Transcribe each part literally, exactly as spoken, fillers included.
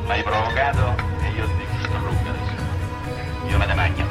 m'hai provocato e io ti distruggo adesso. Io me ne magno.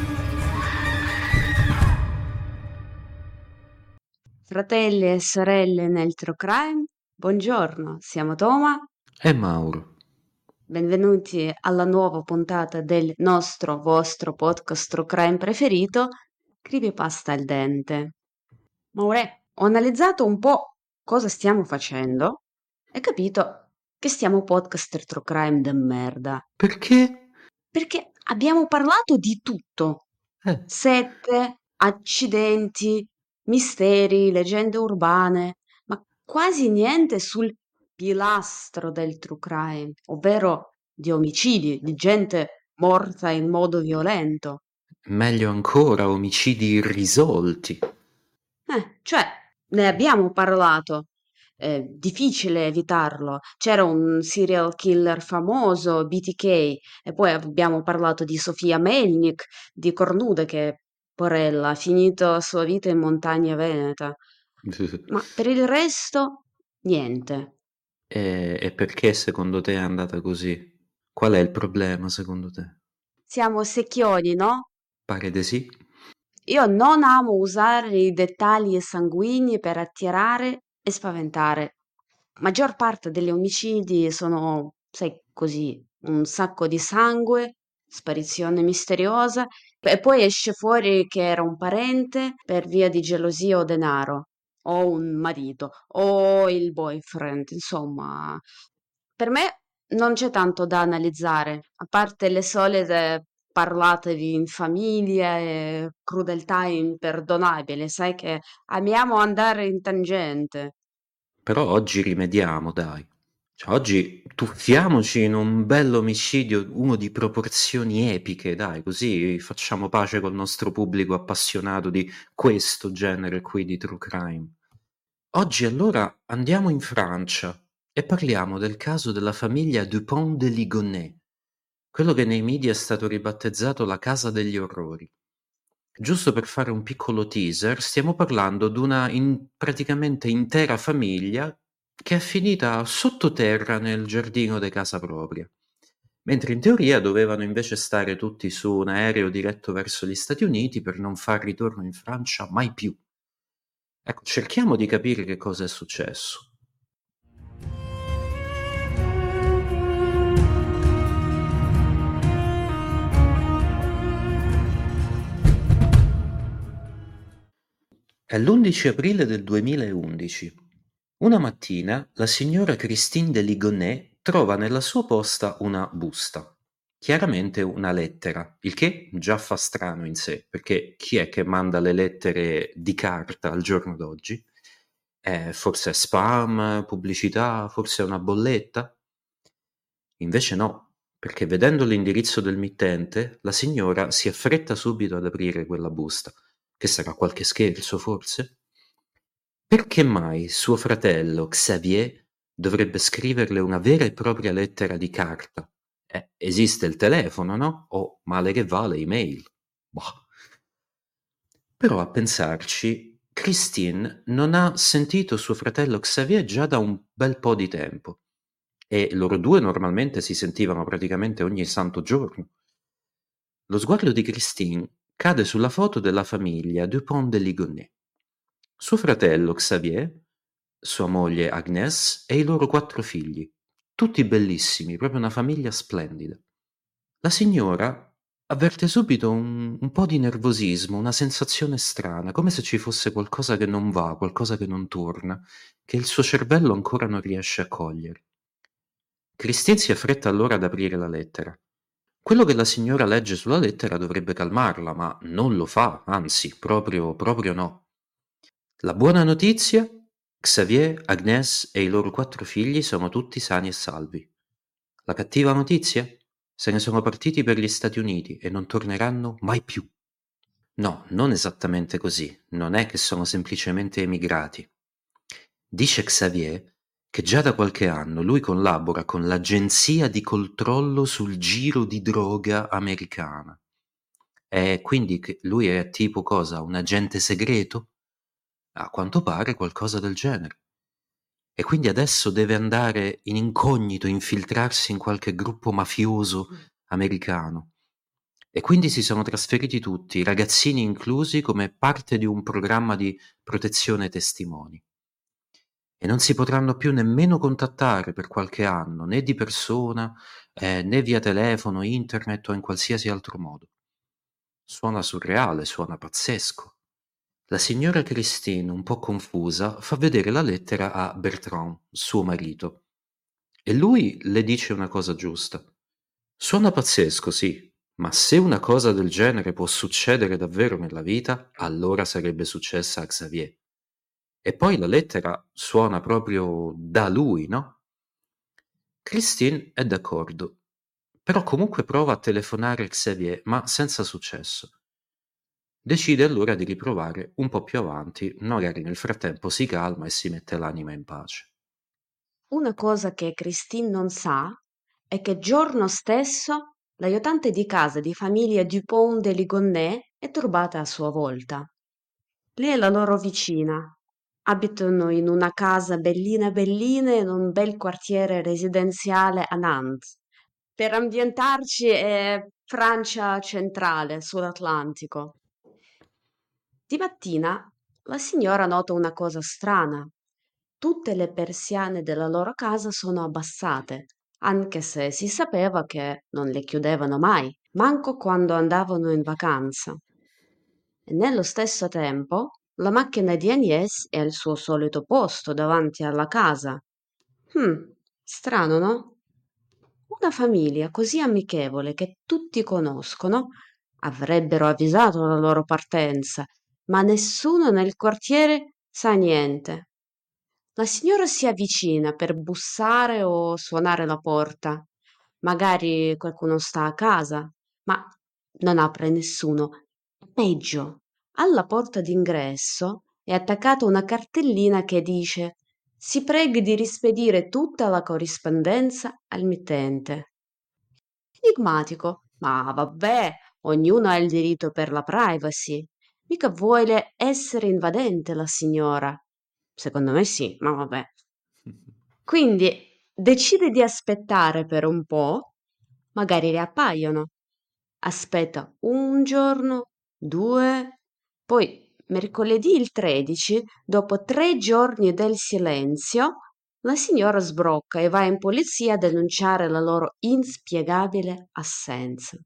Fratelli e sorelle nel True Crime, buongiorno, siamo Toma. E Mauro. Benvenuti alla nuova puntata del nostro, vostro podcast True Crime preferito, Creepypasta al dente. Maure, ho analizzato un po' cosa stiamo facendo e capito che stiamo podcaster True Crime de merda. Perché? Perché abbiamo parlato di tutto. Eh. Sette, accidenti, misteri, leggende urbane, ma quasi niente sul pilastro del true crime, ovvero di omicidi, di gente morta in modo violento. Meglio ancora, omicidi irrisolti. Eh, cioè, ne abbiamo parlato. È difficile evitarlo. C'era un serial killer famoso, B T K, e poi abbiamo parlato di Sofia Melnik, di Cornude, che, porella, ha finito la sua vita in montagna veneta. Ma per il resto, niente. E, e perché secondo te è andata così? Qual è il problema secondo te? Siamo secchioni, no? Pare di sì. Io non amo usare i dettagli sanguigni per attirare e spaventare. Maggior parte degli omicidi sono, sai, così, un sacco di sangue, sparizione misteriosa, e poi esce fuori che era un parente per via di gelosia o denaro, o un marito, o il boyfriend, insomma. Per me non c'è tanto da analizzare, a parte le solite parlate di infamia e crudeltà imperdonabili, sai che amiamo andare in tangente. Però oggi rimediamo, dai. Cioè, oggi tuffiamoci in un bello omicidio, uno di proporzioni epiche, dai, così facciamo pace col nostro pubblico appassionato di questo genere qui di true crime. Oggi allora andiamo in Francia e parliamo del caso della famiglia Dupont de Ligonnès, quello che nei media è stato ribattezzato la Casa degli Orrori. Giusto per fare un piccolo teaser, stiamo parlando di una in praticamente intera famiglia che è finita sottoterra nel giardino di casa propria, mentre in teoria dovevano invece stare tutti su un aereo diretto verso gli Stati Uniti per non far ritorno in Francia mai più. Ecco, cerchiamo di capire che cosa è successo. È l'undici aprile del duemilaundici. Una mattina la signora Christine de Ligonnès trova nella sua posta una busta, chiaramente una lettera, il che già fa strano in sé, perché chi è che manda le lettere di carta al giorno d'oggi? Eh, forse è spam, pubblicità, forse è una bolletta? Invece no, perché vedendo l'indirizzo del mittente, la signora si affretta subito ad aprire quella busta. Che sarà qualche scherzo, forse? Perché mai suo fratello Xavier dovrebbe scriverle una vera e propria lettera di carta? Eh, esiste il telefono, no? O male che va le email. Boh. Però a pensarci, Christine non ha sentito suo fratello Xavier già da un bel po' di tempo e loro due normalmente si sentivano praticamente ogni santo giorno. Lo sguardo di Christine cade sulla foto della famiglia Dupont de Ligonnès. Suo fratello Xavier, sua moglie Agnès e i loro quattro figli, tutti bellissimi, proprio una famiglia splendida. La signora avverte subito un, un po' di nervosismo, una sensazione strana, come se ci fosse qualcosa che non va, qualcosa che non torna, che il suo cervello ancora non riesce a cogliere. Christine si affretta allora ad aprire la lettera. Quello che la signora legge sulla lettera dovrebbe calmarla, ma non lo fa, anzi, proprio, proprio no. La buona notizia? Xavier, Agnès e i loro quattro figli sono tutti sani e salvi. La cattiva notizia? Se ne sono partiti per gli Stati Uniti e non torneranno mai più. No, non esattamente così, non è che sono semplicemente emigrati. Dice Xavier che già da qualche anno lui collabora con l'Agenzia di controllo sul giro di droga americana. E quindi che lui è tipo cosa? Un agente segreto? A quanto pare qualcosa del genere. e quindi adesso deve andare in incognito, infiltrarsi in qualche gruppo mafioso americano. E quindi si sono trasferiti tutti, ragazzini inclusi, come parte di un programma di protezione testimoni. E non si potranno più nemmeno contattare per qualche anno, né di persona, eh, né via telefono, internet o in qualsiasi altro modo. Suona surreale, suona pazzesco. La signora Christine, un po' confusa, fa vedere la lettera a Bertrand, suo marito, e lui le dice una cosa giusta. Suona pazzesco, sì, ma se una cosa del genere può succedere davvero nella vita, allora sarebbe successa a Xavier. E poi la lettera suona proprio da lui, no? Christine è d'accordo, però comunque prova a telefonare a Xavier, ma senza successo. Decide allora di riprovare un po' più avanti, magari nel frattempo si calma e si mette l'anima in pace. Una cosa che Christine non sa è che giorno stesso l'aiutante di casa di famiglia Dupont de Ligonnès è turbata a sua volta. Lei è la loro vicina. Abitano in una casa bellina bellina in un bel quartiere residenziale a Nantes. Per ambientarci è Francia centrale, sull'Atlantico. Di mattina la signora nota una cosa strana. Tutte le persiane della loro casa sono abbassate, anche se si sapeva che non le chiudevano mai, manco quando andavano in vacanza. E nello stesso tempo la macchina di Agnès è al suo solito posto davanti alla casa. Hm, strano, no? Una famiglia così amichevole che tutti conoscono avrebbero avvisato la loro partenza, ma nessuno nel quartiere sa niente. La signora si avvicina per bussare o suonare la porta. Magari qualcuno sta a casa, ma non apre nessuno. Peggio, alla porta d'ingresso è attaccata una cartellina che dice: si preghi di rispedire tutta la corrispondenza al mittente. Enigmatico, ma vabbè, ognuno ha il diritto per la privacy. Mica vuole essere invadente la signora. Secondo me sì, ma vabbè. Quindi decide di aspettare per un po', magari riappaiono. Aspetta un giorno, due, poi mercoledì il tredici, dopo tre giorni del silenzio, la signora sbrocca e va in polizia a denunciare la loro inspiegabile assenza.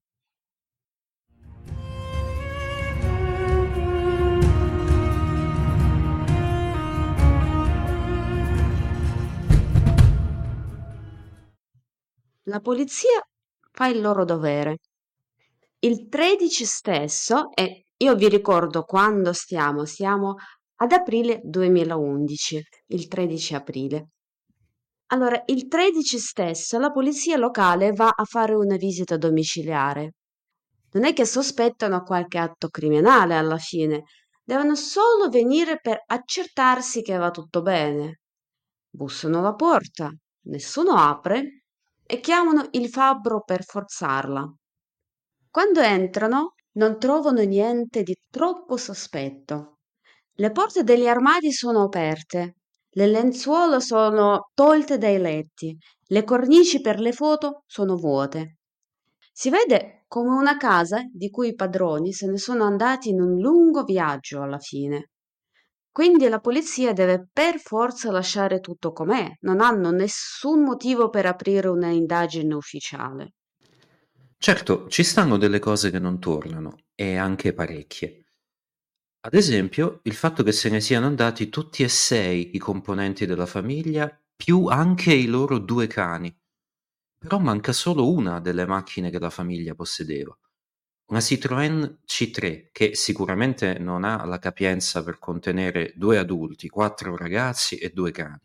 La polizia fa il loro dovere. Il tredici stesso, e io vi ricordo quando stiamo, siamo ad aprile duemilaundici, il tredici aprile. Allora, il tredici stesso la polizia locale va a fare una visita domiciliare. Non è che sospettano qualche atto criminale alla fine, devono solo venire per accertarsi che va tutto bene. Bussano alla porta, nessuno apre e chiamano il fabbro per forzarla. Quando entrano non trovano niente di troppo sospetto. Le porte degli armadi sono aperte, le lenzuola sono tolte dai letti, le cornici per le foto sono vuote. Si vede come una casa di cui i padroni se ne sono andati in un lungo viaggio alla fine. Quindi la polizia deve per forza lasciare tutto com'è, non hanno nessun motivo per aprire una indagine ufficiale. Certo, ci stanno delle cose che non tornano, e anche parecchie. Ad esempio, il fatto che se ne siano andati tutti e sei i componenti della famiglia, più anche i loro due cani. Però manca solo una delle macchine che la famiglia possedeva. Una Citroën C tre, che sicuramente non ha la capienza per contenere due adulti, quattro ragazzi e due cani.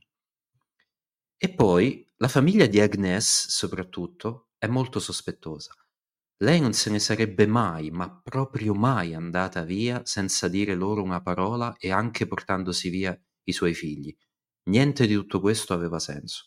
E poi la famiglia di Agnès, soprattutto, è molto sospettosa. Lei non se ne sarebbe mai, ma proprio mai andata via senza dire loro una parola e anche portandosi via i suoi figli. Niente di tutto questo aveva senso.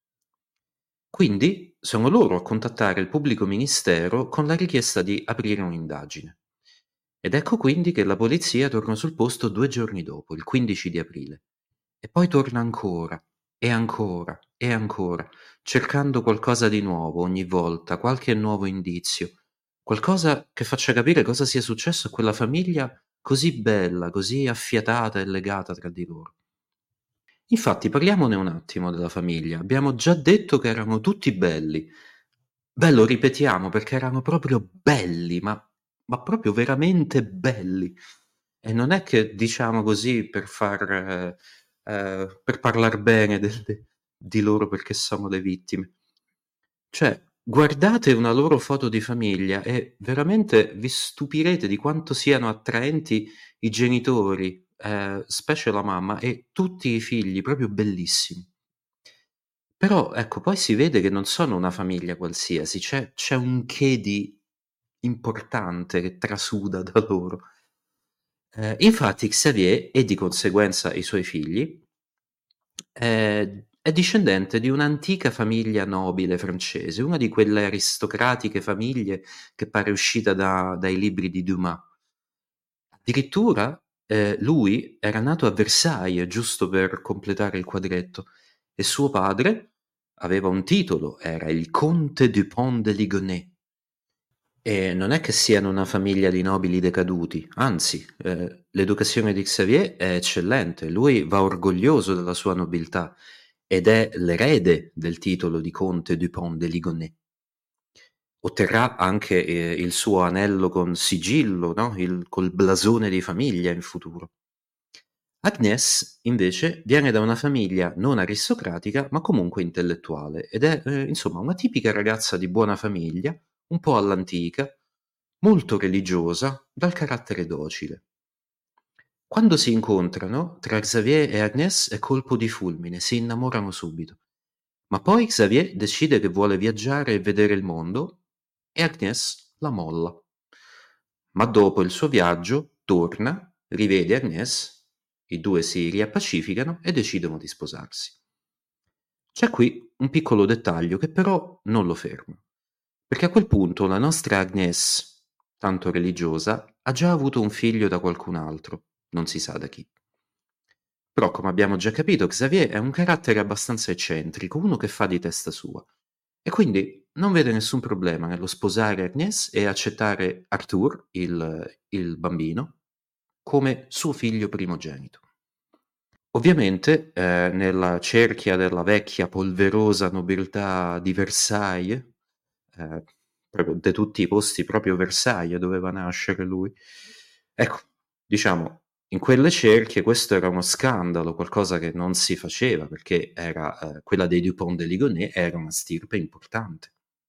Quindi sono loro a contattare il pubblico ministero con la richiesta di aprire un'indagine. Ed ecco quindi che la polizia torna sul posto due giorni dopo, il quindici di aprile. E poi torna ancora, e ancora, e ancora, cercando qualcosa di nuovo ogni volta, qualche nuovo indizio, qualcosa che faccia capire cosa sia successo a quella famiglia così bella, così affiatata e legata tra di loro. Infatti parliamone un attimo della famiglia. Abbiamo già detto che erano tutti belli. Beh, lo ripetiamo perché erano proprio belli, ma, ma proprio veramente belli. E non è che diciamo così per far, eh, eh, per parlar bene del- de- di loro perché sono le vittime. Cioè, guardate una loro foto di famiglia e veramente vi stupirete di quanto siano attraenti i genitori, eh, specie la mamma, e tutti i figli, proprio bellissimi. Però, ecco, poi si vede che non sono una famiglia qualsiasi, c'è, c'è un che di importante che trasuda da loro. Eh, infatti Xavier, e di conseguenza i suoi figli, è, è discendente di un'antica famiglia nobile francese, una di quelle aristocratiche famiglie che pare uscita da- dai libri di Dumas. Addirittura eh, lui era nato a Versailles, giusto per completare il quadretto, e suo padre aveva un titolo, era il conte Dupont de Ligonnès. E non è che siano una famiglia di nobili decaduti, anzi, eh, l'educazione di Xavier è eccellente, lui va orgoglioso della sua nobiltà ed è l'erede del titolo di conte Dupont de Ligonnès. Otterrà anche eh, il suo anello con sigillo, no? Il- col blasone di famiglia in futuro. Agnès, invece, viene da una famiglia non aristocratica, ma comunque intellettuale, ed è, eh, insomma, una tipica ragazza di buona famiglia, un po' all'antica, molto religiosa, dal carattere docile. Quando si incontrano, tra Xavier e Agnès è colpo di fulmine, si innamorano subito. Ma poi Xavier decide che vuole viaggiare e vedere il mondo e Agnès la molla. Ma dopo il suo viaggio torna, rivede Agnès, i due si riappacificano e decidono di sposarsi. C'è qui un piccolo dettaglio che però non lo ferma, perché a quel punto la nostra Agnès, tanto religiosa, ha già avuto un figlio da qualcun altro, non si sa da chi. Però, come abbiamo già capito, Xavier è un carattere abbastanza eccentrico, uno che fa di testa sua, e quindi non vede nessun problema nello sposare Agnès e accettare Arthur, il, il bambino, come suo figlio primogenito. Ovviamente, eh, nella cerchia della vecchia polverosa nobiltà di Versailles, eh, proprio da tutti i posti, proprio Versailles doveva nascere lui. Ecco, diciamo, in quelle cerchie questo era uno scandalo, qualcosa che non si faceva, perché era, eh, quella dei Dupont de Ligonnès era una stirpe importante.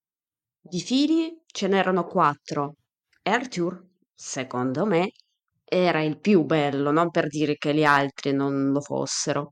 Di figli ce n'erano quattro e Arthur, secondo me, era il più bello, non per dire che gli altri non lo fossero.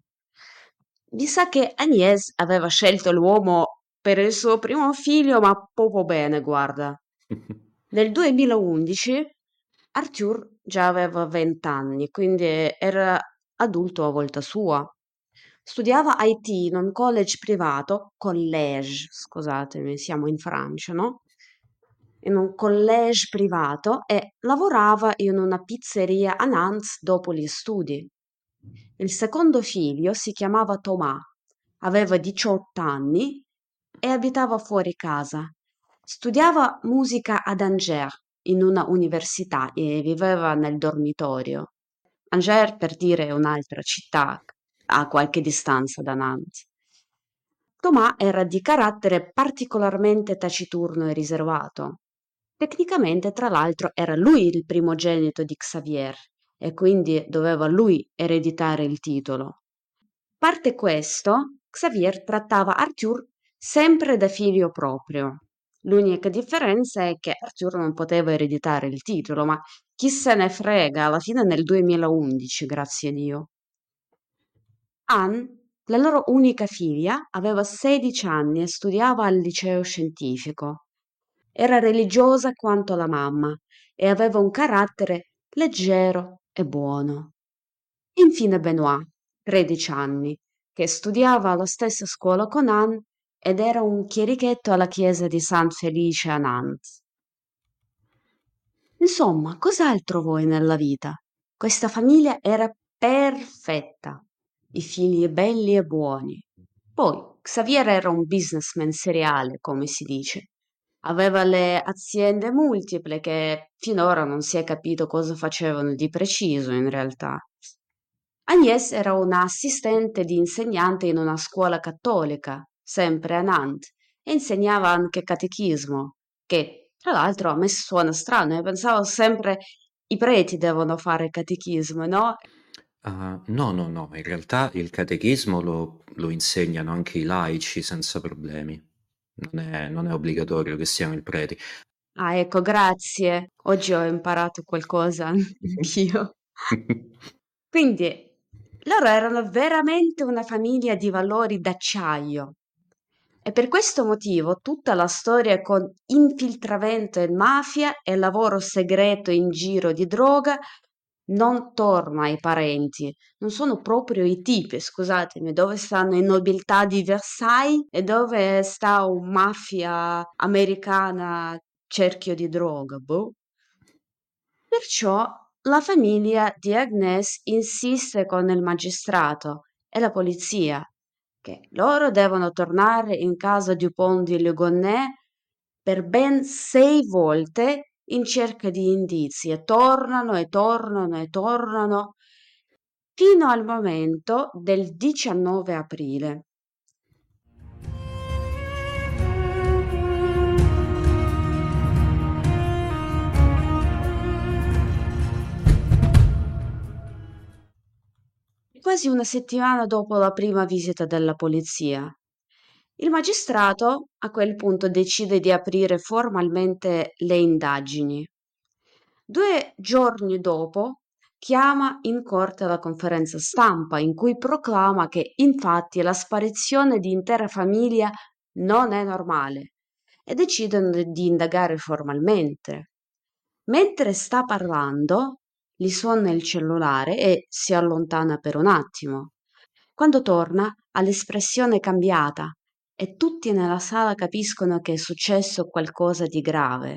Mi sa che Agnès aveva scelto l'uomo per il suo primo figlio, ma poco bene, guarda. Nel duemilaundici Arthur già aveva venti anni, quindi era adulto a volta sua. Studiava I T in un college privato, college, scusatemi, siamo in Francia, no? In un college privato e lavorava in una pizzeria a Nantes dopo gli studi. Il secondo figlio si chiamava Thomas, aveva diciotto anni e abitava fuori casa. Studiava musica ad Angers, in una università, e viveva nel dormitorio. Angers, per dire, è un'altra città a qualche distanza da Nantes. Thomas era di carattere particolarmente taciturno e riservato. Tecnicamente, tra l'altro, era lui il primogenito di Xavier e quindi doveva lui ereditare il titolo. Parte questo, Xavier trattava Arthur sempre da figlio proprio. L'unica differenza è che Arthur non poteva ereditare il titolo, ma chi se ne frega, alla fine nel duemilaundici, grazie a Dio. Anne, la loro unica figlia, aveva sedici anni e studiava al liceo scientifico. Era religiosa quanto la mamma e aveva un carattere leggero e buono. Infine Benoît, tredici anni, che studiava alla stessa scuola con Anne ed era un chierichetto alla chiesa di San Felice a Nantes. Insomma, cos'altro vuoi nella vita? Questa famiglia era perfetta, i figli belli e buoni. Poi Xavier era un businessman seriale, come si dice. Aveva le aziende multiple che finora non si è capito cosa facevano di preciso in realtà. Agnès era una assistente di insegnante in una scuola cattolica, sempre a Nantes, e insegnava anche catechismo, che tra l'altro a me suona strano, e pensavo sempre i preti devono fare catechismo, no? Ah, no, no, no, in realtà il catechismo lo, lo insegnano anche i laici senza problemi. Non è, non è obbligatorio che siano i preti. Ah, ecco, grazie. Oggi ho imparato qualcosa anch'io. Quindi loro erano veramente una famiglia di valori d'acciaio. E per questo motivo tutta la storia con infiltramento in mafia e lavoro segreto in giro di droga non torna ai parenti. Non sono proprio i tipi, scusatemi, dove stanno i nobiltà di Versailles e dove sta un mafia americana cerchio di droga, boh. Perciò la famiglia di Agnès insiste con il magistrato e la polizia che loro devono tornare in casa Dupont di Ligonnès per ben sei volte in cerca di indizi e tornano e tornano e tornano fino al momento del diciannove aprile. Quasi una settimana dopo la prima visita della polizia. Il magistrato a quel punto decide di aprire formalmente le indagini. Due giorni dopo chiama in corte la conferenza stampa in cui proclama che infatti la sparizione di intera famiglia non è normale e decidono di indagare formalmente. Mentre sta parlando, gli suona il cellulare e si allontana per un attimo. Quando torna ha l'espressione cambiata e tutti nella sala capiscono che è successo qualcosa di grave.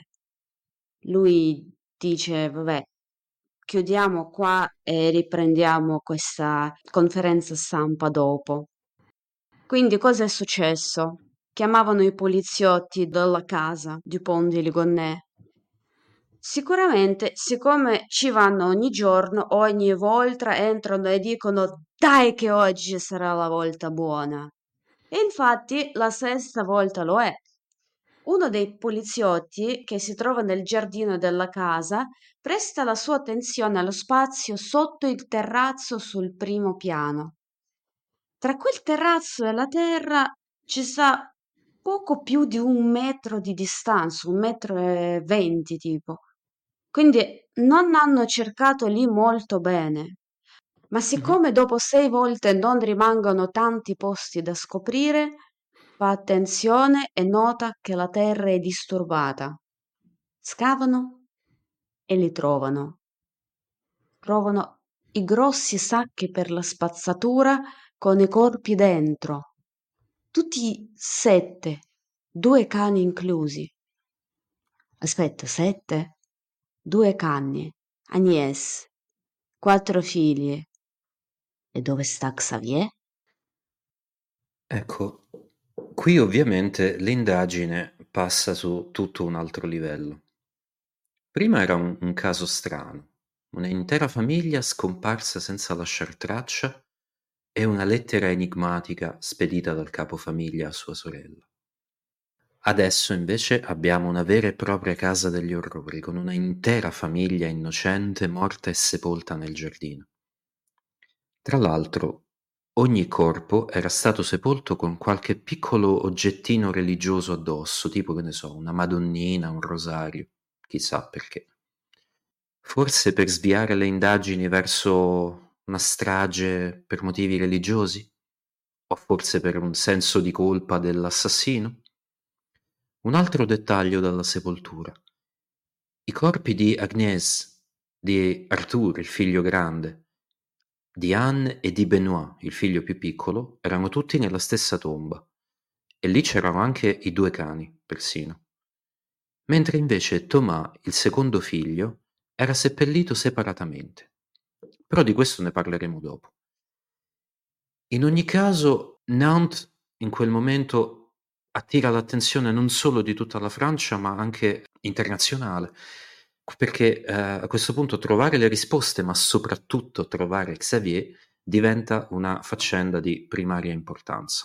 Lui dice, vabbè, chiudiamo qua e riprendiamo questa conferenza stampa dopo. Quindi cosa è successo? Chiamavano i poliziotti della casa Dupont di Ligonnès. Sicuramente, siccome ci vanno ogni giorno, ogni volta entrano e dicono dai che oggi sarà la volta buona. E infatti la sesta volta lo è. Uno dei poliziotti, che si trova nel giardino della casa, presta la sua attenzione allo spazio sotto il terrazzo sul primo piano. Tra quel terrazzo e la terra ci sta poco più di un metro di distanza, un metro e venti tipo. Quindi non hanno cercato lì molto bene. Ma Mhm. siccome dopo sei volte non rimangono tanti posti da scoprire, fa attenzione e nota che la terra è disturbata. Scavano e li trovano. Trovano i grossi sacchi per la spazzatura con i corpi dentro. Tutti sette, due cani inclusi. Aspetta, sette? Due cani, Agnès, quattro figli. E dove sta Xavier? Ecco, qui ovviamente l'indagine passa su tutto un altro livello. Prima era un, un caso strano, un'intera famiglia scomparsa senza lasciar traccia e una lettera enigmatica spedita dal capofamiglia a sua sorella. Adesso invece abbiamo una vera e propria casa degli orrori, con una intera famiglia innocente morta e sepolta nel giardino. Tra l'altro, ogni corpo era stato sepolto con qualche piccolo oggettino religioso addosso, tipo, che ne so, una madonnina, un rosario, chissà perché. Forse per sviare le indagini verso una strage per motivi religiosi? O forse per un senso di colpa dell'assassino? Un altro dettaglio dalla sepoltura. I corpi di Agnès, di Arthur, il figlio grande, di Anne e di Benoît, il figlio più piccolo, erano tutti nella stessa tomba, e lì c'erano anche i due cani, persino. Mentre invece Thomas, il secondo figlio, era seppellito separatamente. Però di questo ne parleremo dopo. In ogni caso, Nantes in quel momento attira l'attenzione non solo di tutta la Francia, ma anche internazionale, perché eh, a questo punto trovare le risposte, ma soprattutto trovare Xavier, diventa una faccenda di primaria importanza.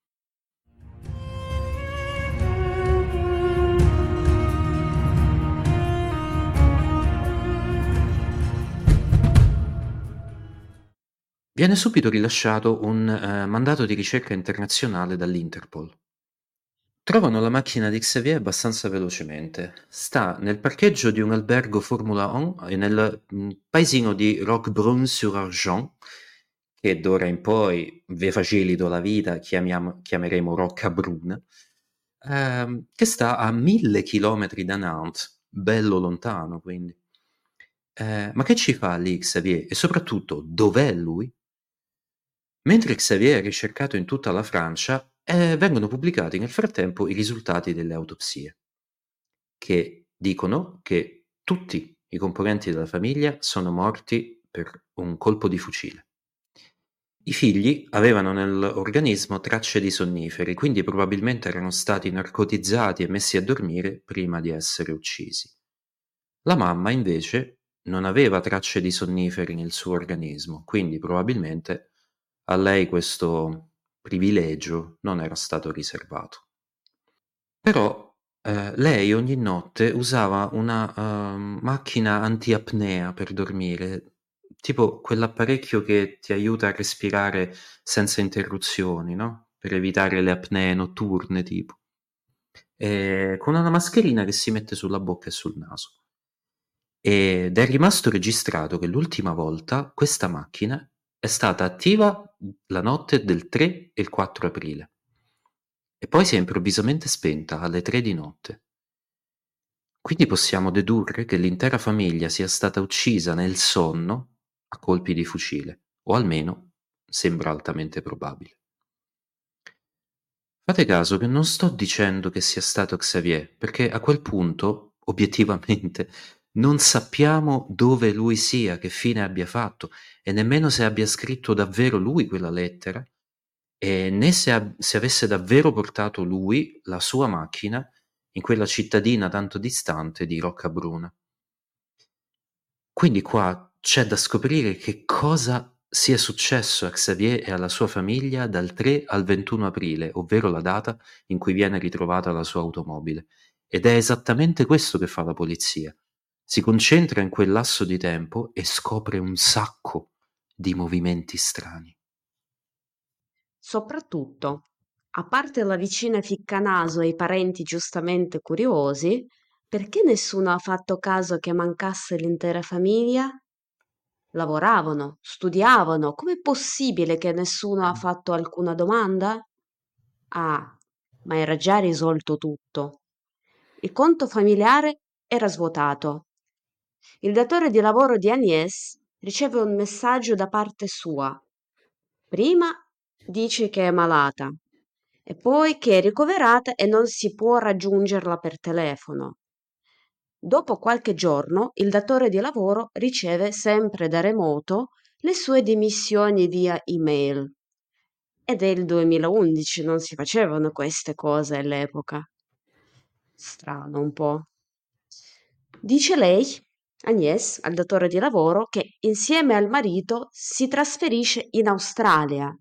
Viene subito rilasciato un eh, mandato di ricerca internazionale dall'Interpol. Trovano la macchina di Xavier abbastanza velocemente. Sta nel parcheggio di un albergo Formula uno e nel mh, paesino di Roquebrune-sur-Argent, che d'ora in poi vi facilito la vita, chiamiamo, chiameremo Roccabrune, ehm, che sta a mille chilometri da Nantes, bello lontano quindi. Eh, ma che ci fa lì Xavier? E soprattutto, dov'è lui? Mentre Xavier è ricercato in tutta la Francia, eh, vengono pubblicati nel frattempo i risultati delle autopsie, che dicono che tutti i componenti della famiglia sono morti per un colpo di fucile. I figli avevano nell'organismo tracce di sonniferi, quindi probabilmente erano stati narcotizzati e messi a dormire prima di essere uccisi. La mamma, invece, non aveva tracce di sonniferi nel suo organismo, quindi probabilmente a lei questo privilegio non era stato riservato. Però eh, lei ogni notte usava una ehm, macchina antiapnea per dormire, tipo quell'apparecchio che ti aiuta a respirare senza interruzioni, no? Per evitare le apnee notturne, tipo. E con una mascherina che si mette sulla bocca e sul naso. Ed è rimasto registrato che l'ultima volta questa macchina è stata attiva la notte del tre e il quattro aprile e poi si è improvvisamente spenta alle tre di notte. Quindi possiamo dedurre che l'intera famiglia sia stata uccisa nel sonno a colpi di fucile, o almeno sembra altamente probabile. Fate caso che non sto dicendo che sia stato Xavier, perché a quel punto, obiettivamente, non sappiamo dove lui sia, che fine abbia fatto, e nemmeno se abbia scritto davvero lui quella lettera, e né se, ab- se avesse davvero portato lui la sua macchina in quella cittadina tanto distante di Roccabruna. Quindi qua c'è da scoprire che cosa sia successo a Xavier e alla sua famiglia dal tre al ventuno aprile, ovvero la data in cui viene ritrovata la sua automobile. Ed è esattamente questo che fa la polizia. Si concentra in quel lasso di tempo e scopre un sacco di movimenti strani. Soprattutto, a parte la vicina Ficcanaso e i parenti giustamente curiosi, perché nessuno ha fatto caso che mancasse l'intera famiglia? Lavoravano, studiavano, com'è possibile che nessuno ha fatto alcuna domanda? Ah, ma era già risolto tutto. Il conto familiare era svuotato. Il datore di lavoro di Agnès riceve un messaggio da parte sua. Prima dice che è malata e poi che è ricoverata e non si può raggiungerla per telefono. Dopo qualche giorno il datore di lavoro riceve sempre da remoto le sue dimissioni via email. Ed è il duemilaundici, non si facevano queste cose all'epoca. Strano un po'. Dice lei, Agnès, al datore di lavoro, che insieme al marito si trasferisce in Australia.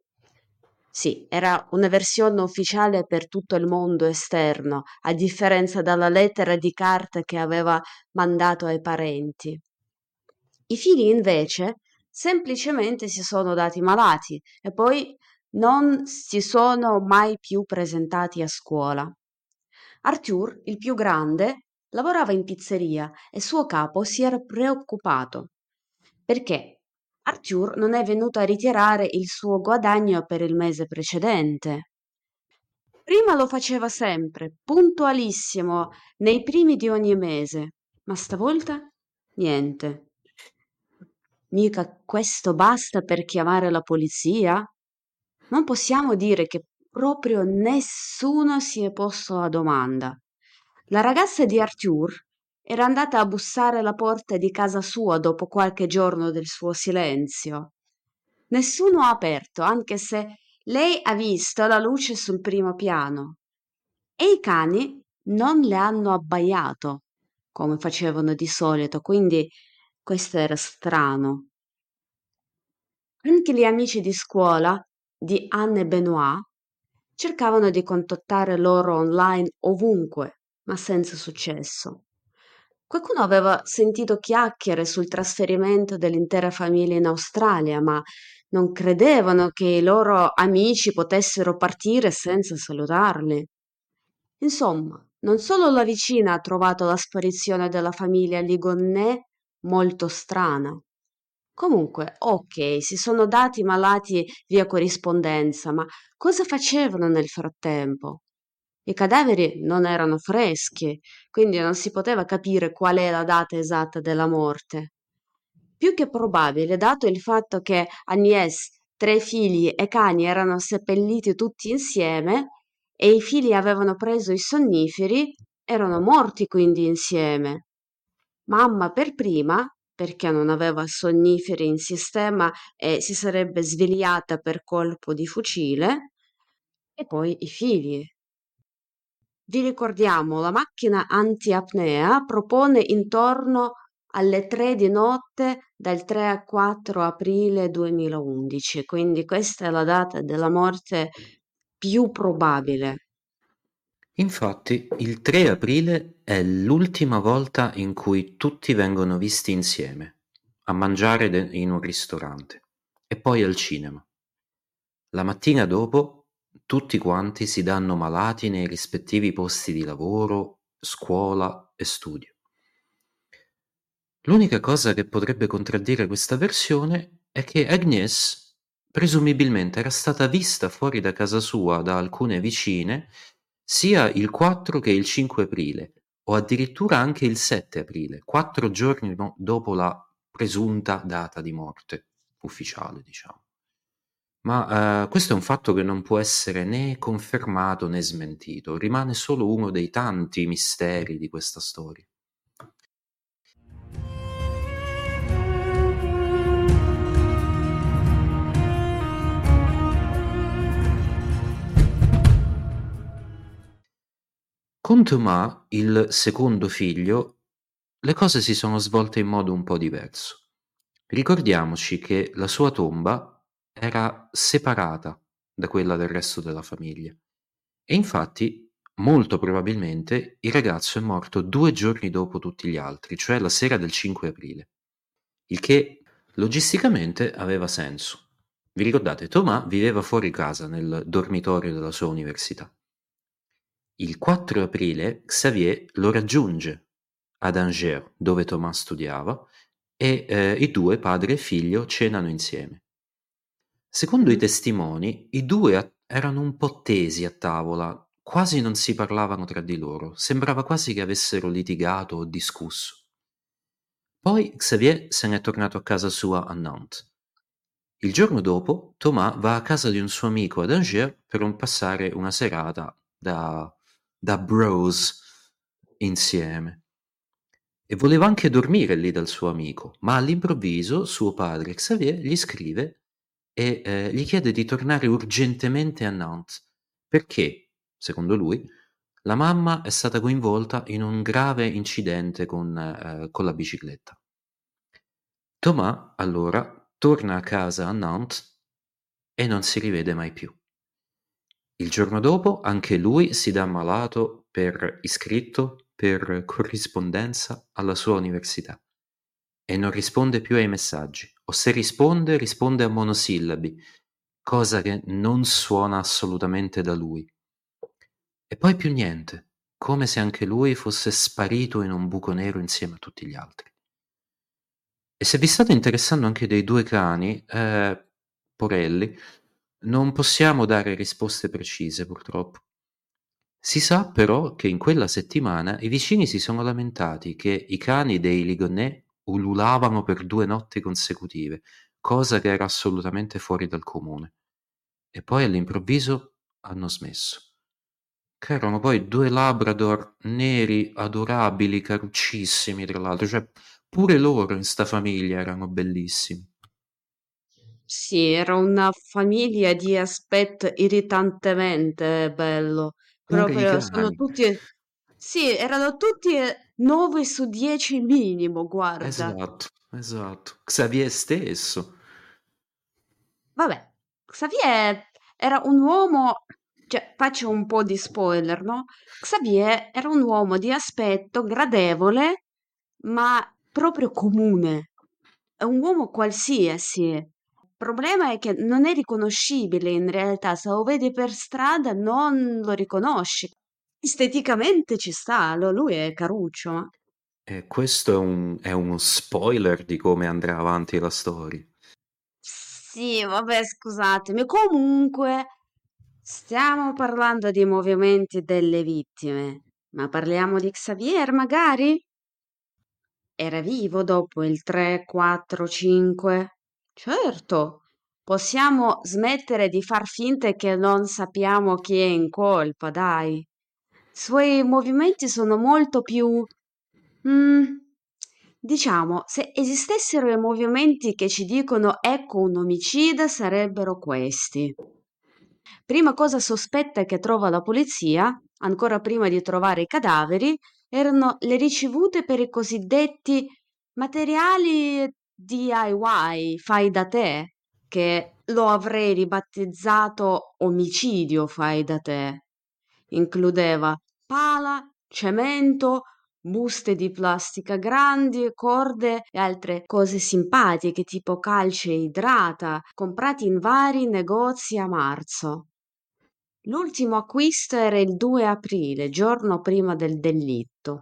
Sì, era una versione ufficiale per tutto il mondo esterno, a differenza dalla lettera di carta che aveva mandato ai parenti. I figli invece semplicemente si sono dati malati e poi non si sono mai più presentati a scuola. Arthur, il più grande, lavorava in pizzeria e suo capo si era preoccupato perché Arthur non è venuto a ritirare il suo guadagno per il mese precedente. Prima lo faceva sempre, puntualissimo, nei primi di ogni mese, ma stavolta niente. Mica questo basta per chiamare la polizia? Non possiamo dire che proprio nessuno si è posto la domanda. La ragazza di Arthur era andata a bussare alla porta di casa sua dopo qualche giorno del suo silenzio. Nessuno ha aperto, anche se Lei ha visto la luce sul primo piano e i cani non le hanno abbaiato come facevano di solito, quindi questo era strano. Anche gli amici di scuola di Anne Benoit cercavano di contattare loro online ovunque, ma senza successo. Qualcuno aveva sentito chiacchiere sul trasferimento dell'intera famiglia in Australia, ma non credevano che i loro amici potessero partire senza salutarli. Insomma, non solo la vicina ha trovato la sparizione della famiglia Ligonnè molto strana. Comunque, ok, si sono dati malati via corrispondenza, ma cosa facevano nel frattempo? I cadaveri non erano freschi, quindi non si poteva capire qual è la data esatta della morte. Più che probabile, dato il fatto che Agnès, tre figli e cani erano seppelliti tutti insieme e i figli avevano preso i sonniferi, erano morti quindi insieme. Mamma per prima, perché non aveva sonniferi in sistema e si sarebbe svegliata per colpo di fucile, e poi i figli. Vi ricordiamo, la macchina anti-apnea propone intorno alle tre di notte dal tre al quattro aprile duemilaundici, quindi questa è la data della morte più probabile. Infatti, il tre aprile è l'ultima volta in cui tutti vengono visti insieme, a mangiare de- in un ristorante e poi al cinema. La mattina dopo, tutti quanti si danno malati nei rispettivi posti di lavoro, scuola e studio. L'unica cosa che potrebbe contraddire questa versione è che Agnès presumibilmente era stata vista fuori da casa sua da alcune vicine sia il quattro che il cinque aprile, o addirittura anche il sette aprile, quattro giorni no- dopo la presunta data di morte ufficiale, diciamo. Ma eh, questo è un fatto che non può essere né confermato né smentito, rimane solo uno dei tanti misteri di questa storia. Con Thomas, il secondo figlio, le cose si sono svolte in modo un po' diverso. Ricordiamoci che la sua tomba era separata da quella del resto della famiglia e infatti, molto probabilmente, il ragazzo è morto due giorni dopo tutti gli altri, cioè la sera del cinque aprile, il che logisticamente aveva senso. Vi ricordate, Thomas viveva fuori casa nel dormitorio della sua università. Il quattro aprile Xavier lo raggiunge ad Angers, dove Thomas studiava, e eh, i due, padre e figlio, cenano insieme. Secondo i testimoni, i due a- erano un po' tesi a tavola, quasi non si parlavano tra di loro, sembrava quasi che avessero litigato o discusso. Poi Xavier se n'è tornato a casa sua a Nantes. Il giorno dopo, Thomas va a casa di un suo amico ad Angers per un passare una serata da, da bros insieme. E voleva anche dormire lì dal suo amico, ma all'improvviso suo padre Xavier gli scrive e eh, gli chiede di tornare urgentemente a Nantes, perché, secondo lui, la mamma è stata coinvolta in un grave incidente con, eh, con la bicicletta. Thomas, allora, torna a casa a Nantes e non si rivede mai più. Il giorno dopo anche lui si dà malato per iscritto, per corrispondenza alla sua università e non risponde più ai messaggi, o se risponde, risponde a monosillabi, cosa che non suona assolutamente da lui. E poi più niente, come se anche lui fosse sparito in un buco nero insieme a tutti gli altri. E se vi state interessando anche dei due cani, eh, porelli, non possiamo dare risposte precise purtroppo. Si sa però che in quella settimana i vicini si sono lamentati che i cani dei Ligonnès ululavano per due notti consecutive, cosa che era assolutamente fuori dal comune. E poi all'improvviso hanno smesso. Che erano poi due Labrador neri, adorabili, caruccissimi tra l'altro, cioè pure loro in sta famiglia erano bellissimi. Sì, era una famiglia di aspetto irritantemente bello. Pure i Proprio sono cani. tutti, sì, erano tutti nove su dieci minimo, guarda. Esatto, esatto. Xavier stesso. Vabbè, Xavier era un uomo, cioè faccio un po' di spoiler, no? Xavier era un uomo di aspetto gradevole, ma proprio comune. È un uomo qualsiasi. Il problema è che non è riconoscibile in realtà, se lo vedi per strada non lo riconosci. Esteticamente ci sta, lo- lui è caruccio, ma... E questo è un- è uno spoiler di come andrà avanti la storia. Sì, vabbè, scusatemi. Comunque, stiamo parlando di movimenti delle vittime, ma parliamo di Xavier, magari? Era vivo dopo il tre, quattro, cinque? Certo, possiamo smettere di far finta che non sappiamo chi è in colpa, dai. I suoi movimenti sono molto più... mm, diciamo, se esistessero i movimenti che ci dicono ecco un omicida, sarebbero questi. Prima cosa sospetta che trova la polizia, ancora prima di trovare i cadaveri, erano le ricevute per i cosiddetti materiali D I Y, fai da te, che lo avrei ribattezzato omicidio fai da te. Includeva pala, cemento, buste di plastica grandi, corde e altre cose simpatiche tipo calce e idrata, comprati in vari negozi a marzo. L'ultimo acquisto era il due aprile, giorno prima del delitto.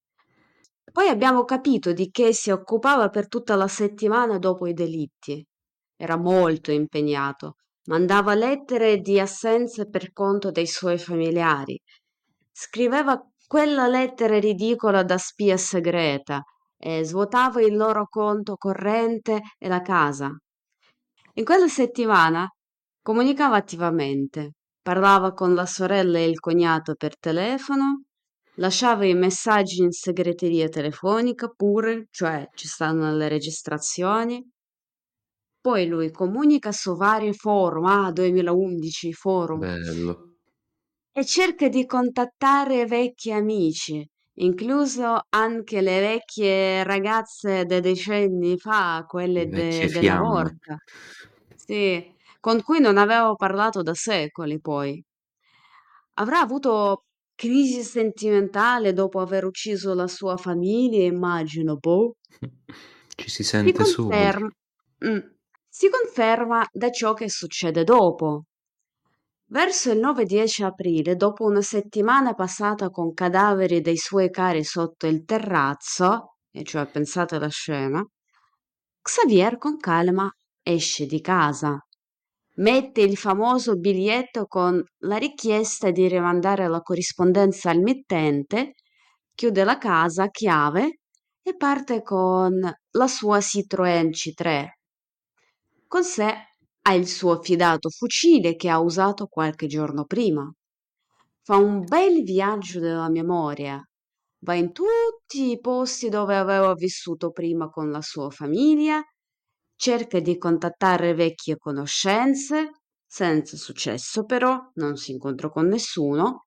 Poi abbiamo capito di che si occupava per tutta la settimana dopo i delitti. Era molto impegnato. Mandava lettere di assenze per conto dei suoi familiari. Scriveva quella lettera ridicola da spia segreta e svuotava il loro conto corrente e la casa. In quella settimana comunicava attivamente, parlava con la sorella e il cognato per telefono, lasciava i messaggi in segreteria telefonica pure, cioè ci stanno le registrazioni. Poi lui comunica su vari forum, ah, duemilaundici forum, Bello. e cerca di contattare vecchi amici, incluso anche le vecchie ragazze dei decenni fa, Le quelle vecchie de- della fiamme. Rorca. Sì, con cui non avevo parlato da secoli poi. Avrà avuto crisi sentimentale dopo aver ucciso la sua famiglia, immagino, boh. Ci si Si sente soli. conferma, mm, si conferma da ciò che succede dopo. Verso il nove-dieci aprile, dopo una settimana passata con cadaveri dei suoi cari sotto il terrazzo, e cioè pensate alla scena, Xavier con calma esce di casa. Mette il famoso biglietto con la richiesta di rimandare la corrispondenza al mittente, chiude la casa a chiave e parte con la sua Citroën C tre. Con sé ha il suo fidato fucile che ha usato qualche giorno prima. Fa un bel viaggio della memoria. Va in tutti i posti dove aveva vissuto prima con la sua famiglia, cerca di contattare vecchie conoscenze, senza successo però, non si incontrò con nessuno,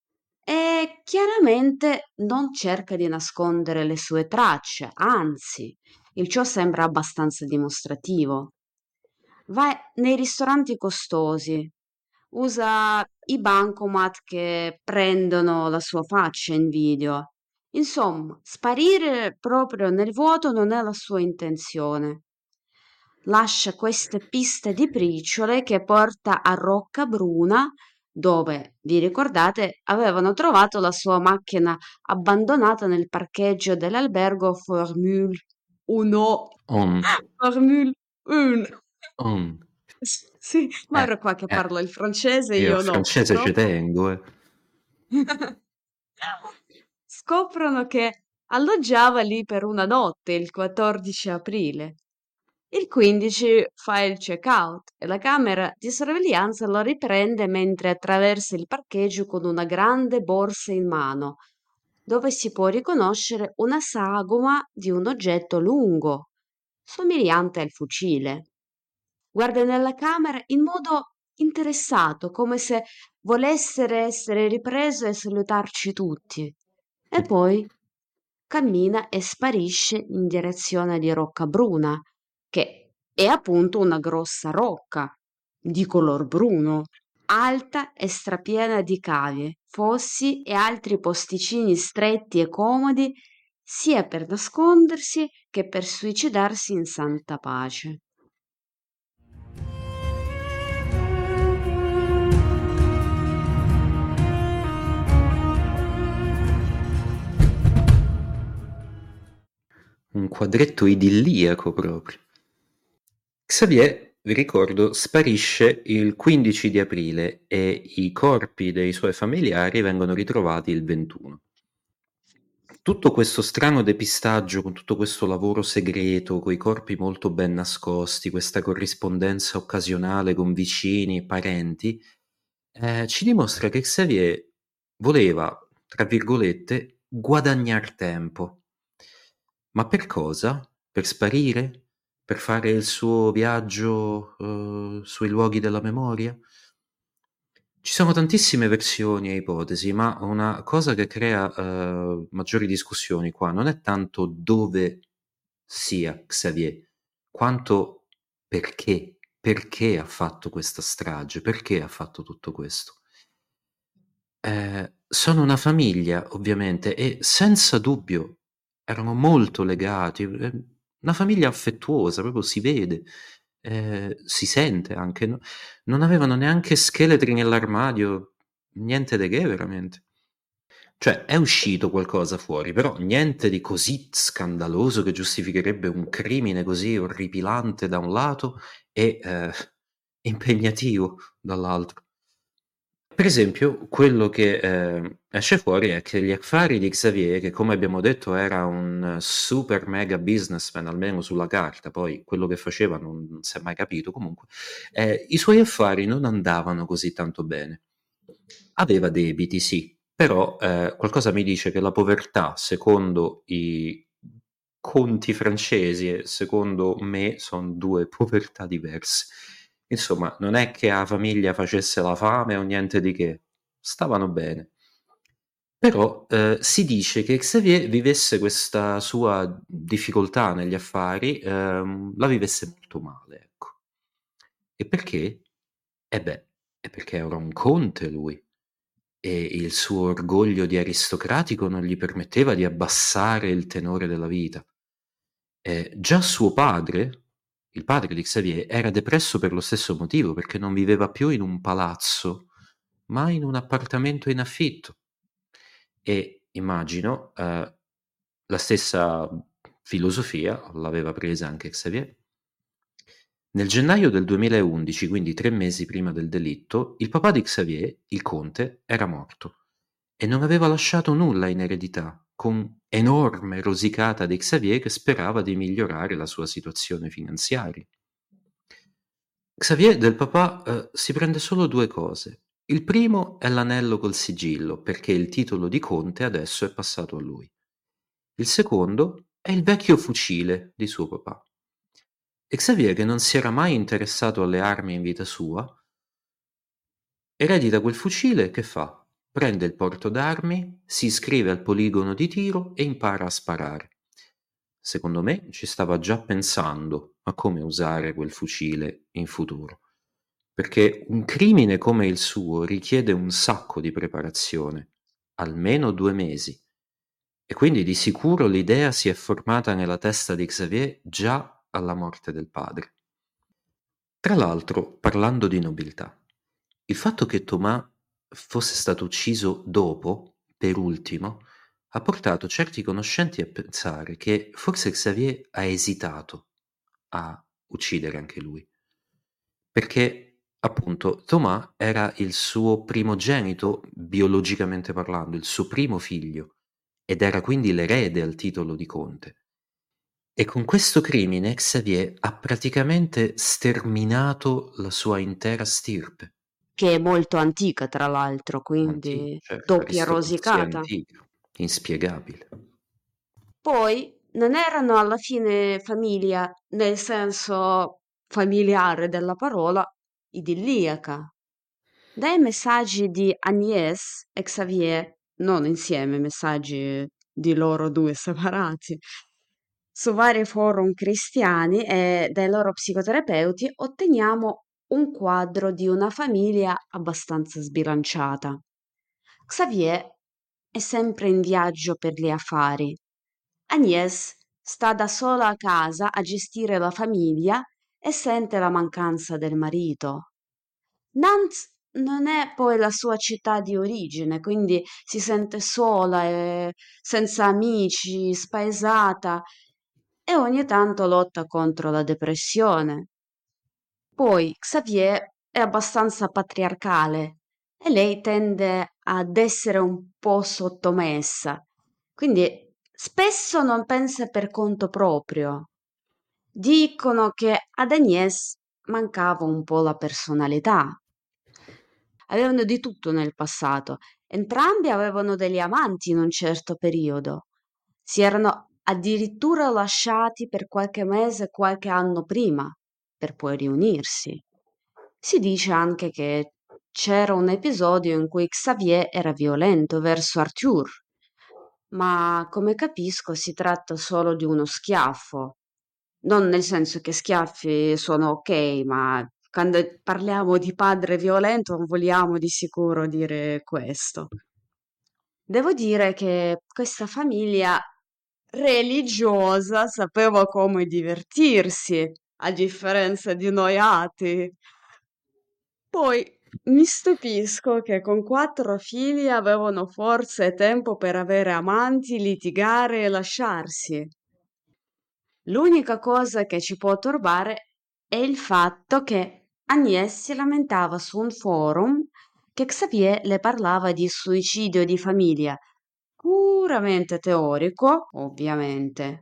e chiaramente non cerca di nascondere le sue tracce, anzi, il ciò sembra abbastanza dimostrativo. Va nei ristoranti costosi, usa i bancomat che prendono la sua faccia in video. Insomma, sparire proprio nel vuoto non è la sua intenzione. Lascia queste piste di briciole che porta a Roccabruna, dove, vi ricordate, avevano trovato la sua macchina abbandonata nel parcheggio dell'albergo Formule uno. On, Formule uno. on. S sì, ma Eh, ero qua che eh. parlo il francese, Io al io no, francese ci purtroppo. tengo, eh. Scoprono che alloggiava lì per una notte il quattordici aprile. Il quindici fa il check-out e la camera di sorveglianza lo riprende mentre attraversa il parcheggio con una grande borsa in mano, dove si può riconoscere una sagoma di un oggetto lungo, somigliante al fucile. guarda nella camera in modo interessato, come se volesse essere ripreso e salutarci tutti. E poi cammina e sparisce in direzione di Roccabruna, che è appunto una grossa rocca di color bruno, alta e strapiena di cavie, fossi e altri posticini stretti e comodi, sia per nascondersi che per suicidarsi in santa pace. Un quadretto idilliaco proprio. Xavier, vi ricordo, sparisce il quindici di aprile e i corpi dei suoi familiari vengono ritrovati il ventuno. Tutto questo strano depistaggio, con tutto questo lavoro segreto, coi corpi molto ben nascosti, questa corrispondenza occasionale con vicini e parenti, eh, ci dimostra che Xavier voleva, tra virgolette, guadagnar tempo. Ma per cosa? Per sparire? Per fare il suo viaggio eh, sui luoghi della memoria? Ci sono tantissime versioni e ipotesi, ma una cosa che crea eh, maggiori discussioni qua non è tanto dove sia Xavier, quanto perché, perché ha fatto questa strage, perché ha fatto tutto questo. Eh, sono una famiglia, ovviamente, e senza dubbio erano molto legati, eh, una famiglia affettuosa, proprio si vede, eh, si sente anche, no? Non avevano neanche scheletri nell'armadio, niente di che, veramente. Cioè, è uscito qualcosa fuori, però niente di così scandaloso che giustificherebbe un crimine così orripilante da un lato e eh, impegnativo dall'altro. Per esempio, quello che eh, esce fuori è che gli affari di Xavier, che come abbiamo detto era un super mega businessman, almeno sulla carta, poi quello che faceva non, non si è mai capito comunque, eh, i suoi affari non andavano così tanto bene. Aveva debiti, sì, però eh, qualcosa mi dice che la povertà, secondo i conti francesi e secondo me, sono due povertà diverse. Insomma, non è che la famiglia facesse la fame o niente di che, stavano bene. Però eh, si dice che Xavier vivesse questa sua difficoltà negli affari, ehm, la vivesse molto male, ecco. E perché? Eh beh, è perché era un conte lui e il suo orgoglio di aristocratico non gli permetteva di abbassare il tenore della vita. Eh, già suo padre, il padre di Xavier, era depresso per lo stesso motivo, perché non viveva più in un palazzo, ma in un appartamento in affitto. E immagino eh, la stessa filosofia l'aveva presa anche Xavier. Nel gennaio del duemilaundici, quindi tre mesi prima del delitto, il papà di Xavier, il conte, era morto e non aveva lasciato nulla in eredità, con enorme rosicata di Xavier che sperava di migliorare la sua situazione finanziaria. Xavier del papà eh, si prende solo due cose. Il primo è l'anello col sigillo, perché il titolo di conte adesso è passato a lui. Il secondo è il vecchio fucile di suo papà. E Xavier, che non si era mai interessato alle armi in vita sua, eredita quel fucile, che fa? Prende il porto d'armi, si iscrive al poligono di tiro e impara a sparare. Secondo me ci stava già pensando a come usare quel fucile in futuro, perché un crimine come il suo richiede un sacco di preparazione, almeno due mesi, e quindi di sicuro l'idea si è formata nella testa di Xavier già alla morte del padre. Tra l'altro, parlando di nobiltà, il fatto che Thomas fosse stato ucciso dopo, per ultimo, ha portato certi conoscenti a pensare che forse Xavier ha esitato a uccidere anche lui, perché appunto Thomas era il suo primogenito biologicamente parlando, il suo primo figlio, ed era quindi l'erede al titolo di conte. E con questo crimine Xavier ha praticamente sterminato la sua intera stirpe. Che è molto antica, tra l'altro, Antica, quindi certo, doppia aristocrazia rosicata. antica, inspiegabile. Poi non erano alla fine famiglia, nel senso familiare della parola, idilliaca. Dai messaggi di Agnès e Xavier, non insieme, messaggi di loro due separati, su vari forum cristiani e dai loro psicoterapeuti otteniamo un quadro di una famiglia abbastanza sbilanciata. Xavier è sempre in viaggio per gli affari. Agnès sta da sola a casa a gestire la famiglia e sente la mancanza del marito. Nantes non è poi la sua città di origine, quindi si sente sola e senza amici, spaesata e ogni tanto lotta contro la depressione. Poi Xavier è abbastanza patriarcale e lei tende ad essere un po' sottomessa, quindi spesso non pensa per conto proprio. Dicono che ad Agnès mancava un po' la personalità. Avevano di tutto nel passato. Entrambi avevano degli amanti in un certo periodo. Si erano addirittura lasciati per qualche mese, qualche anno prima, per poi riunirsi. Si dice anche che c'era un episodio in cui Xavier era violento verso Arthur, ma come capisco si tratta solo di uno schiaffo. Non nel senso che schiaffi sono ok, ma quando parliamo di padre violento non vogliamo di sicuro dire questo. Devo dire che questa famiglia religiosa sapeva come divertirsi, a differenza di noi atei. Poi mi stupisco che con quattro figli avevano forza e tempo per avere amanti, litigare e lasciarsi. L'unica cosa che ci può turbare è il fatto che Agnès si lamentava su un forum che Xavier le parlava di suicidio di famiglia, puramente teorico, ovviamente.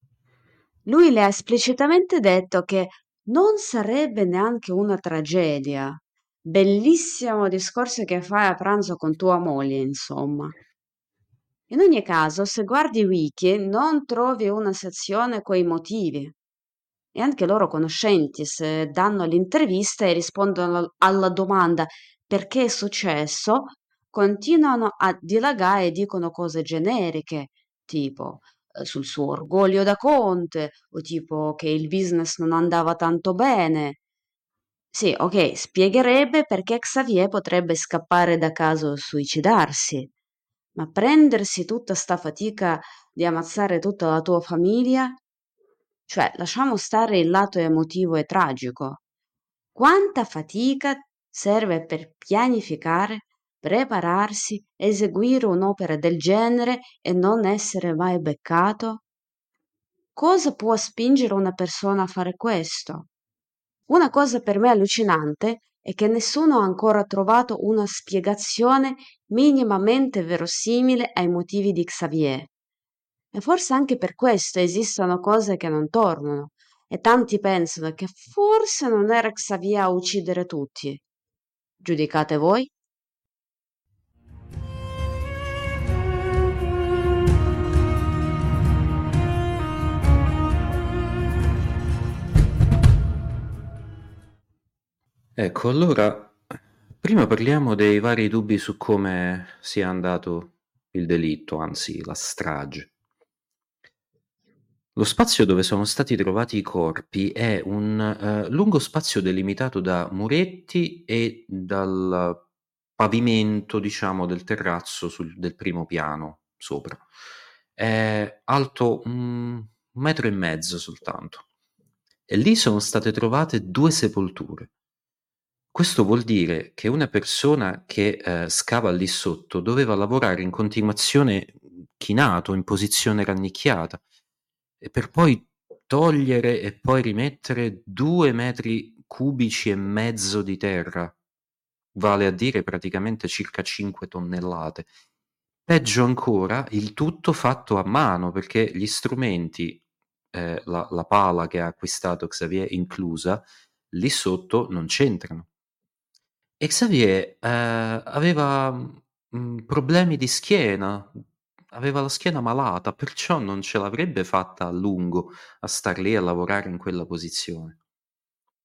Lui le ha esplicitamente detto che non sarebbe neanche una tragedia. Bellissimo discorso che fai a pranzo con tua moglie, insomma. In ogni caso, se guardi Wiki, non trovi una sezione coi motivi. E anche loro conoscenti, se danno l'intervista e rispondono alla domanda perché è successo, continuano a dilagare e dicono cose generiche, tipo eh, sul suo orgoglio da conte, o tipo che il business non andava tanto bene. Sì, ok, spiegherebbe perché Xavier potrebbe scappare da casa o suicidarsi, ma prendersi tutta sta fatica di ammazzare tutta la tua famiglia? Cioè, lasciamo stare il lato emotivo e tragico. Quanta fatica serve per pianificare, prepararsi, eseguire un'opera del genere e non essere mai beccato? Cosa può spingere una persona a fare questo? Una cosa per me allucinante è che nessuno ha ancora trovato una spiegazione minimamente verosimile ai motivi di Xavier. E forse anche per questo esistono cose che non tornano, e tanti pensano che forse non era Xavier a uccidere tutti. Giudicate voi? Ecco, allora, prima parliamo dei vari dubbi su come sia andato il delitto, anzi la strage. Lo spazio dove sono stati trovati i corpi è un eh, lungo spazio delimitato da muretti e dal pavimento, diciamo, del terrazzo sul- del primo piano sopra. È alto un metro e mezzo soltanto. E lì sono state trovate due sepolture. Questo vuol dire che una persona che eh, scava lì sotto doveva lavorare in continuazione chinato, in posizione rannicchiata, e per poi togliere e poi rimettere due metri cubici e mezzo di terra, vale a dire praticamente circa cinque tonnellate. Peggio ancora, il tutto fatto a mano, perché gli strumenti, eh, la, la pala che ha acquistato Xavier inclusa, lì sotto non c'entrano. E Xavier eh, aveva mm, problemi di schiena, aveva la schiena malata, perciò non ce l'avrebbe fatta a lungo a star lì a lavorare in quella posizione.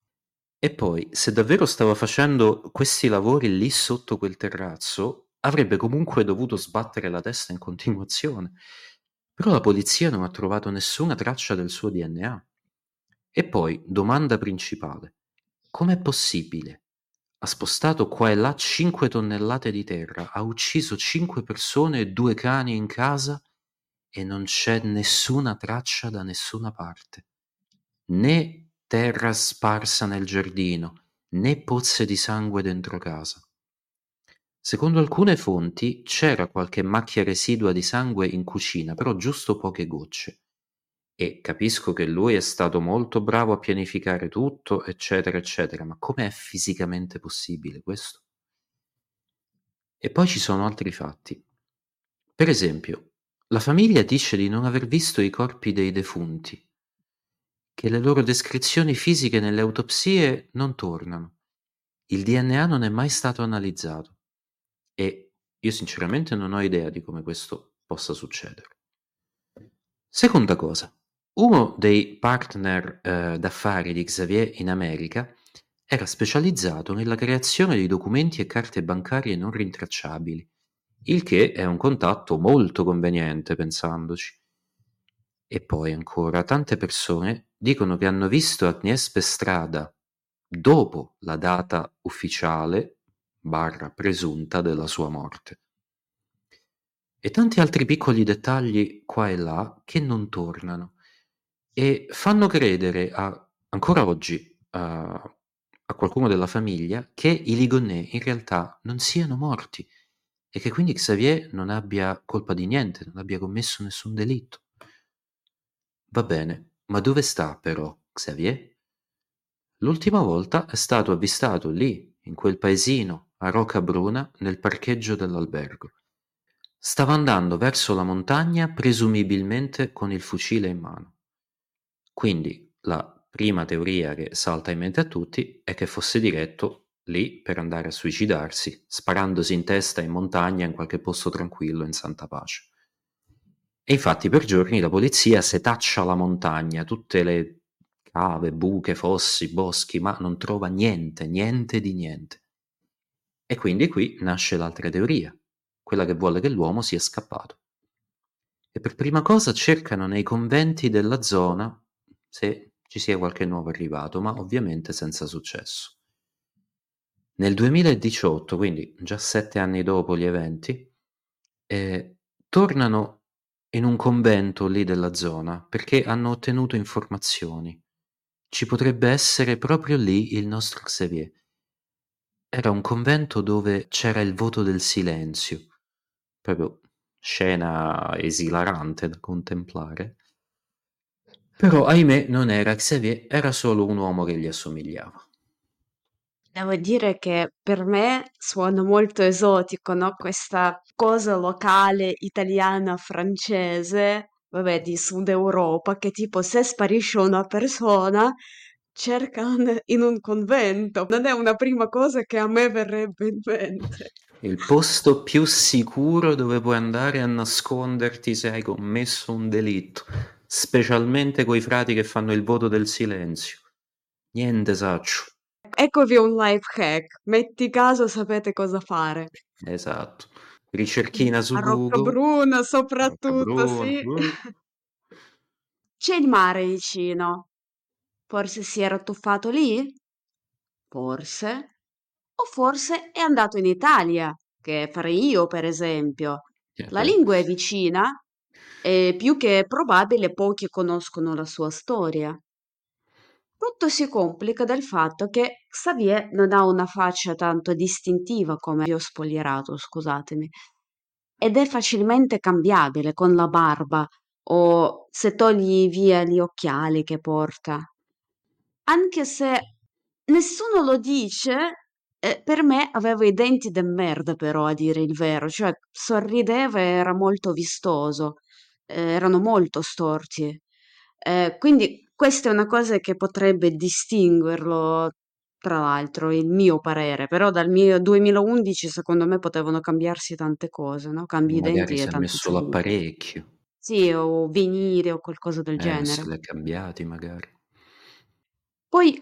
E poi, se davvero stava facendo questi lavori lì sotto quel terrazzo, avrebbe comunque dovuto sbattere la testa in continuazione. Però la polizia non ha trovato nessuna traccia del suo D N A. E poi, domanda principale: com'è possibile? Ha spostato qua e là cinque tonnellate di terra, ha ucciso cinque persone e due cani in casa e non c'è nessuna traccia da nessuna parte. Né terra sparsa nel giardino, né pozze di sangue dentro casa. Secondo alcune fonti c'era qualche macchia residua di sangue in cucina, però giusto poche gocce. E capisco che lui è stato molto bravo a pianificare tutto, eccetera, eccetera, ma com'è fisicamente possibile questo? E poi ci sono altri fatti. Per esempio, la famiglia dice di non aver visto i corpi dei defunti, che le loro descrizioni fisiche nelle autopsie non tornano. Il D N A non è mai stato analizzato e io sinceramente non ho idea di come questo possa succedere. Seconda cosa, uno dei partner eh, d'affari di Xavier in America era specializzato nella creazione di documenti e carte bancarie non rintracciabili, il che è un contatto molto conveniente pensandoci. E poi ancora, tante persone dicono che hanno visto Agnès per strada dopo la data ufficiale barra presunta della sua morte. E tanti altri piccoli dettagli qua e là che non tornano e fanno credere a, ancora oggi a, a qualcuno della famiglia che i Ligonnès in realtà non siano morti e che quindi Xavier non abbia colpa di niente, non abbia commesso nessun delitto. Va bene, ma dove sta però Xavier? L'ultima volta è stato avvistato lì, in quel paesino, a Rocabruna, nel parcheggio dell'albergo. Stava andando verso la montagna, presumibilmente con il fucile in mano. Quindi la prima teoria che salta in mente a tutti è che fosse diretto lì per andare a suicidarsi, sparandosi in testa in montagna in qualche posto tranquillo in santa pace. E infatti per giorni la polizia setaccia la montagna, tutte le cave, buche, fossi, boschi, ma non trova niente, niente di niente. E quindi qui nasce l'altra teoria, quella che vuole che l'uomo sia scappato. E per prima cosa cercano nei conventi della zona se ci sia qualche nuovo arrivato, ma ovviamente senza successo. Nel duemiladiciotto, quindi già sette anni dopo gli eventi, eh, tornano in un convento lì della zona perché hanno ottenuto informazioni. Ci potrebbe essere proprio lì il nostro Xavier. Era un convento dove c'era il voto del silenzio, proprio scena esilarante da contemplare. Però, ahimè, non era Xavier, era solo un uomo che gli assomigliava. Devo dire che per me suona molto esotico, no? Questa cosa locale italiana francese, vabbè, di Sud Europa, che tipo se sparisce una persona cercano in un convento. Non è una prima cosa che a me verrebbe in mente. Il posto più sicuro dove puoi andare a nasconderti se hai commesso un delitto, specialmente coi frati che fanno il voto del silenzio. Niente saccio. Eccovi un life hack. Metti caso, sapete cosa fare. Esatto. Ricerchina su A Google. Roccabruna soprattutto, Roccabruna. sì. C'è il mare vicino. Forse si era tuffato lì? Forse. O forse è andato in Italia, che farei io, per esempio. Eh La beh. lingua è vicina e più che probabile pochi conoscono la sua storia. Tutto si complica dal fatto che Xavier non ha una faccia tanto distintiva come vi ho spoilerato, scusatemi, ed è facilmente cambiabile con la barba o se togli via gli occhiali che porta. Anche se nessuno lo dice, eh, per me aveva i denti de merda però, a dire il vero, cioè sorrideva e era molto vistoso, eh, erano molto storti. Eh, quindi questa è una cosa che potrebbe distinguerlo, tra l'altro, il mio parere, però dal mio duemilaundici secondo me potevano cambiarsi tante cose, no? Cambi i Magari denti e si è tanto messo ciuffo. l'apparecchio. Sì, o venire o qualcosa del Eh, se genere. l'è cambiati magari. Poi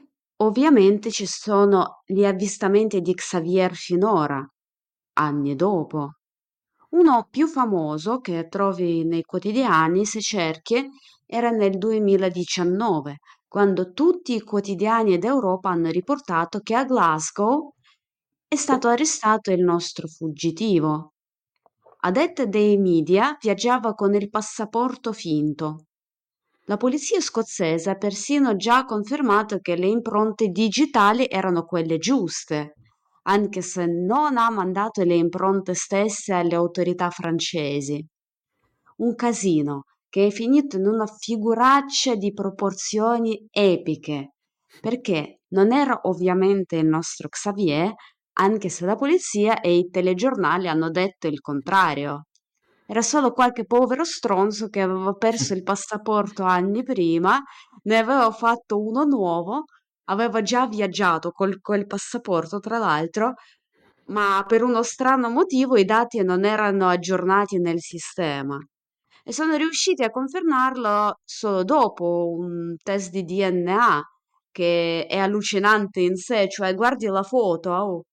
Ovviamente ci sono gli avvistamenti di Xavier finora, anni dopo. Uno più famoso che trovi nei quotidiani, se cerchi, era nel duemiladiciannove, quando tutti i quotidiani d'Europa hanno riportato che a Glasgow è stato arrestato il nostro fuggitivo. A detta dei media, viaggiava con il passaporto finto. La polizia scozzese ha persino già confermato che le impronte digitali erano quelle giuste, anche se non ha mandato le impronte stesse alle autorità francesi. Un casino che è finito in una figuraccia di proporzioni epiche, perché non era ovviamente il nostro Xavier, anche se la polizia e i telegiornali hanno detto il contrario. Era solo qualche povero stronzo che aveva perso il passaporto anni prima, ne aveva fatto uno nuovo, aveva già viaggiato col quel passaporto, tra l'altro, ma per uno strano motivo i dati non erano aggiornati nel sistema. E sono riusciti a confermarlo solo dopo un test di D N A, che è allucinante in sé, cioè guardi la foto, oh.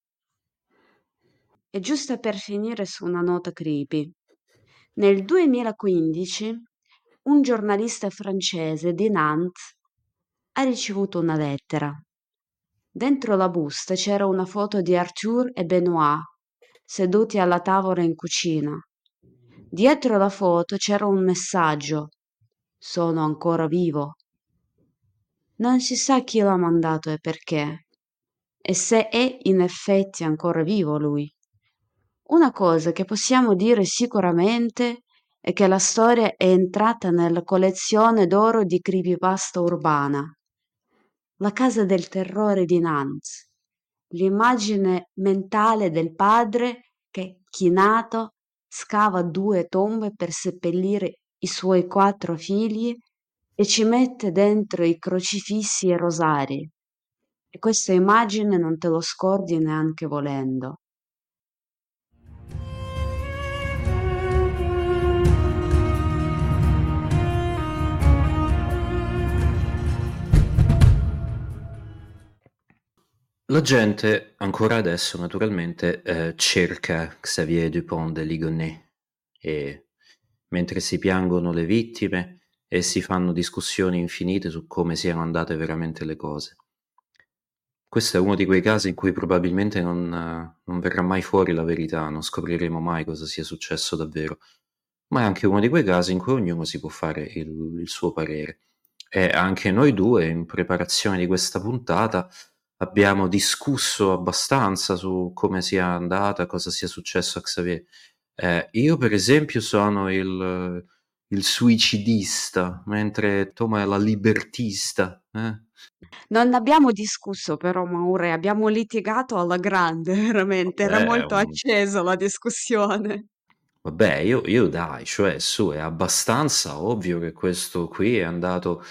E giusto per finire su una nota creepy. Nel duemilaquindici un giornalista francese di Nantes ha ricevuto una lettera. Dentro la busta c'era una foto di Arthur e Benoît seduti alla tavola in cucina. Dietro la foto c'era un messaggio: sono ancora vivo. Non si sa chi l'ha mandato e perché, e se è in effetti ancora vivo lui. Una cosa che possiamo dire sicuramente è che la storia è entrata nella collezione d'oro di creepypasta urbana. La casa del terrore di Nantes, l'immagine mentale del padre che, chinato, scava due tombe per seppellire i suoi quattro figli e ci mette dentro i crocifissi e i rosari. E questa immagine non te lo scordi neanche volendo. La gente ancora adesso naturalmente eh, cerca Xavier Dupont de Ligonnès e mentre si piangono le vittime e si fanno discussioni infinite su come siano andate veramente le cose. Questo è uno di quei casi in cui probabilmente non, non verrà mai fuori la verità, non scopriremo mai cosa sia successo davvero, ma è anche uno di quei casi in cui ognuno si può fare il, il suo parere. E anche noi due, in preparazione di questa puntata, abbiamo discusso abbastanza su come sia andata, cosa sia successo a Xavier. Eh, io, per esempio, sono il, il suicidista, mentre Toma è la libertista. Eh? Non abbiamo discusso però, Maure, abbiamo litigato alla grande, veramente, era Vabbè, molto un- accesa la discussione. vabbè, io, io dai, cioè su, è abbastanza ovvio che questo qui è andato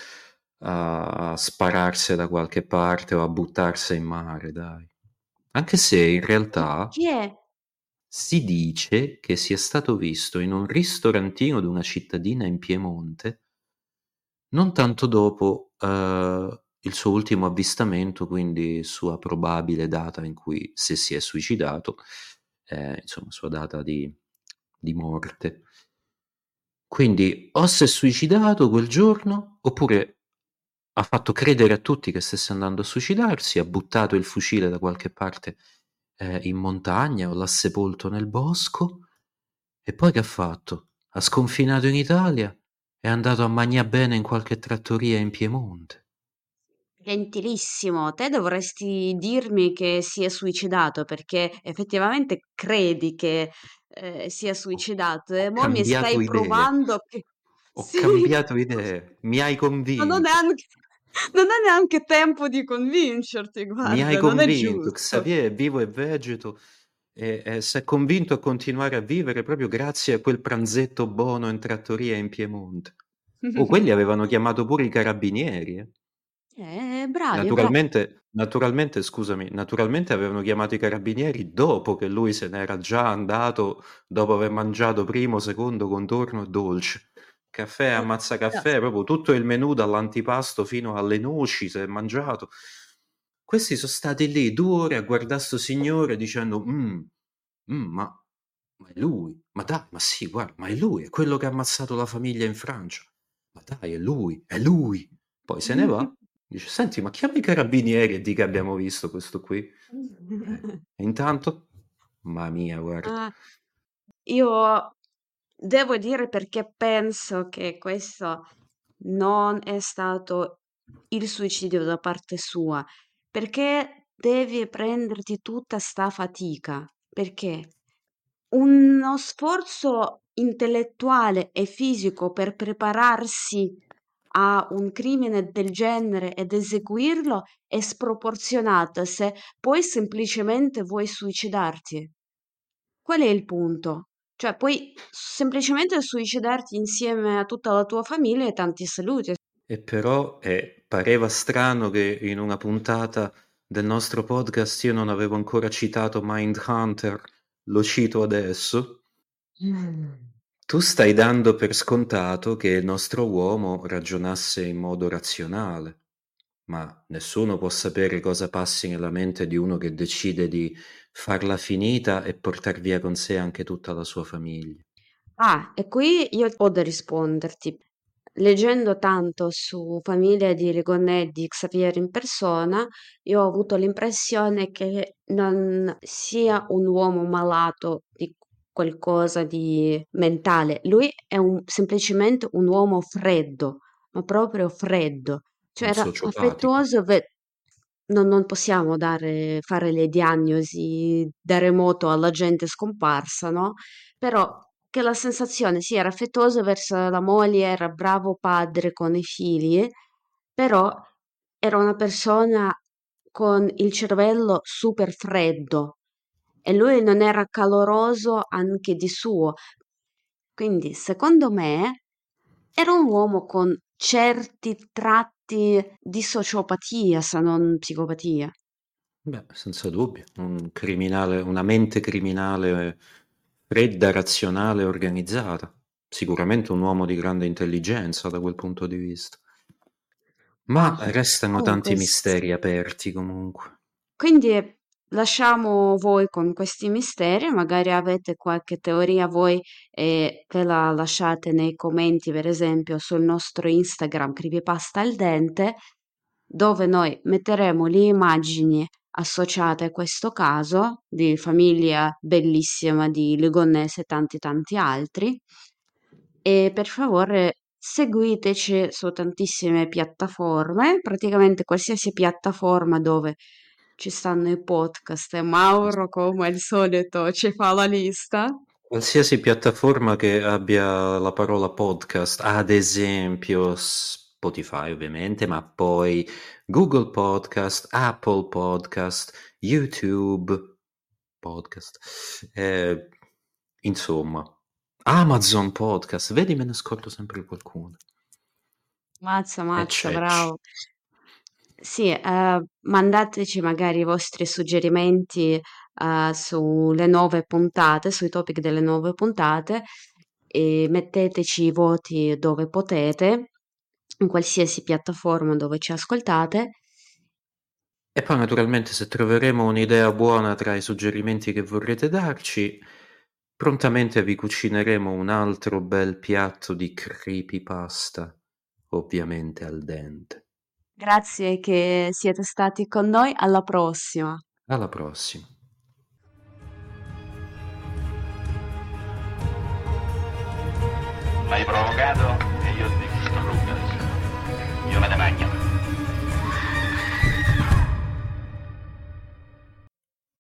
a spararsi da qualche parte o a buttarsi in mare, dai. Anche se in Ma realtà chi è? si dice che sia stato visto in un ristorantino di una cittadina in Piemonte non tanto dopo eh, il suo ultimo avvistamento, quindi sua probabile data in cui se si è suicidato, eh, insomma, sua data di, di morte. Quindi o si è suicidato quel giorno, oppure ha fatto credere a tutti che stesse andando a suicidarsi, ha buttato il fucile da qualche parte eh, in montagna o l'ha sepolto nel bosco. E poi che ha fatto? Ha sconfinato in Italia, è andato a mangià bene in qualche trattoria in Piemonte. Gentilissimo, te dovresti dirmi che si è suicidato perché effettivamente credi che eh, sia Ho, suicidato ho e mo mi cambiato stai idee, provando che ho sì, cambiato idee, mi hai ma non è convinto, neanche, non è neanche tempo di convincerti, mi hai guarda, non è convinto. giusto. Xavier è vivo e vegeto e, e si è convinto a continuare a vivere proprio grazie a quel pranzetto buono in trattoria in Piemonte. Oh, quelli avevano chiamato pure i carabinieri, eh. Eh, bravi, bravi. Naturalmente, naturalmente, scusami, naturalmente avevano chiamato i carabinieri dopo che lui se n'era già andato, dopo aver mangiato primo, secondo, contorno e dolce. Caffè, Oh, ammazza caffè, grazie. proprio tutto il menù dall'antipasto fino alle noci si è mangiato. Questi sono stati lì due ore a guardare sto signore dicendo "Mm, mm, ma, ma è lui, ma dai, ma sì, guarda, ma è lui, è quello che ha ammazzato la famiglia in Francia, ma dai, è lui, è lui". Poi se ne va, dice "Senti, ma chiama i carabinieri e di che abbiamo visto questo qui". Eh, e intanto, mamma mia, guarda. Ah, io devo dire perché penso che questo non è stato il suicidio da parte sua, perché devi prenderti tutta sta fatica, perché uno sforzo intellettuale e fisico per prepararsi a un crimine del genere ed eseguirlo è sproporzionato se poi semplicemente vuoi suicidarti. Qual è il punto? Cioè, puoi semplicemente suicidarti insieme a tutta la tua famiglia e tanti saluti. E però eh, pareva strano che in una puntata del nostro podcast io non avevo ancora citato Mindhunter, lo cito adesso. Tu stai dando per scontato che il nostro uomo ragionasse in modo razionale, ma nessuno può sapere cosa passi nella mente di uno che decide di farla finita e portar via con sé anche tutta la sua famiglia. Ah, e qui io ho da risponderti. Leggendo tanto su Famiglia di Ligonnè e di Xavier in persona, io ho avuto l'impressione che non sia un uomo malato di qualcosa di mentale. Lui è un- semplicemente un uomo freddo, ma proprio freddo. Cioè Un era sociopatico. affettuoso, ve- non, non possiamo dare, fare le diagnosi da remoto alla gente scomparsa, no? Però che la sensazione sì, era affettuoso verso la moglie, era bravo padre con i figli, però era una persona con il cervello super freddo e lui non era caloroso anche di suo. Quindi, secondo me, era un uomo con certi tratti di sociopatia, se non psicopatia. Beh, senza dubbio, un criminale, una mente criminale fredda, razionale e organizzata. Sicuramente un uomo di grande intelligenza da quel punto di vista. Ma Ah, restano tanti comunque, s- misteri aperti comunque. quindi lasciamo voi con questi misteri, magari avete qualche teoria voi e ve la lasciate nei commenti, per esempio, sul nostro Instagram Creepypasta al dente, dove noi metteremo le immagini associate a questo caso di famiglia bellissima di Ligonese e tanti tanti altri. E per favore seguiteci su tantissime piattaforme, praticamente qualsiasi piattaforma dove ci stanno i podcast e Mauro, come al solito, ci fa la lista. Qualsiasi piattaforma che abbia la parola podcast, ad esempio Spotify ovviamente, ma poi Google Podcast, Apple Podcast, YouTube Podcast, eh, insomma, Amazon Podcast, vedi me ne scordo sempre qualcuno. Mazza, mazza, Ecc. bravo. Sì, eh, mandateci magari i vostri suggerimenti eh, sulle nuove puntate, sui topic delle nuove puntate e metteteci i voti dove potete, in qualsiasi piattaforma dove ci ascoltate. E poi naturalmente se troveremo un'idea buona tra i suggerimenti che vorrete darci, prontamente vi cucineremo un altro bel piatto di creepypasta, ovviamente al dente. Grazie che siete stati con noi, alla prossima. Alla prossima. L'hai provocato?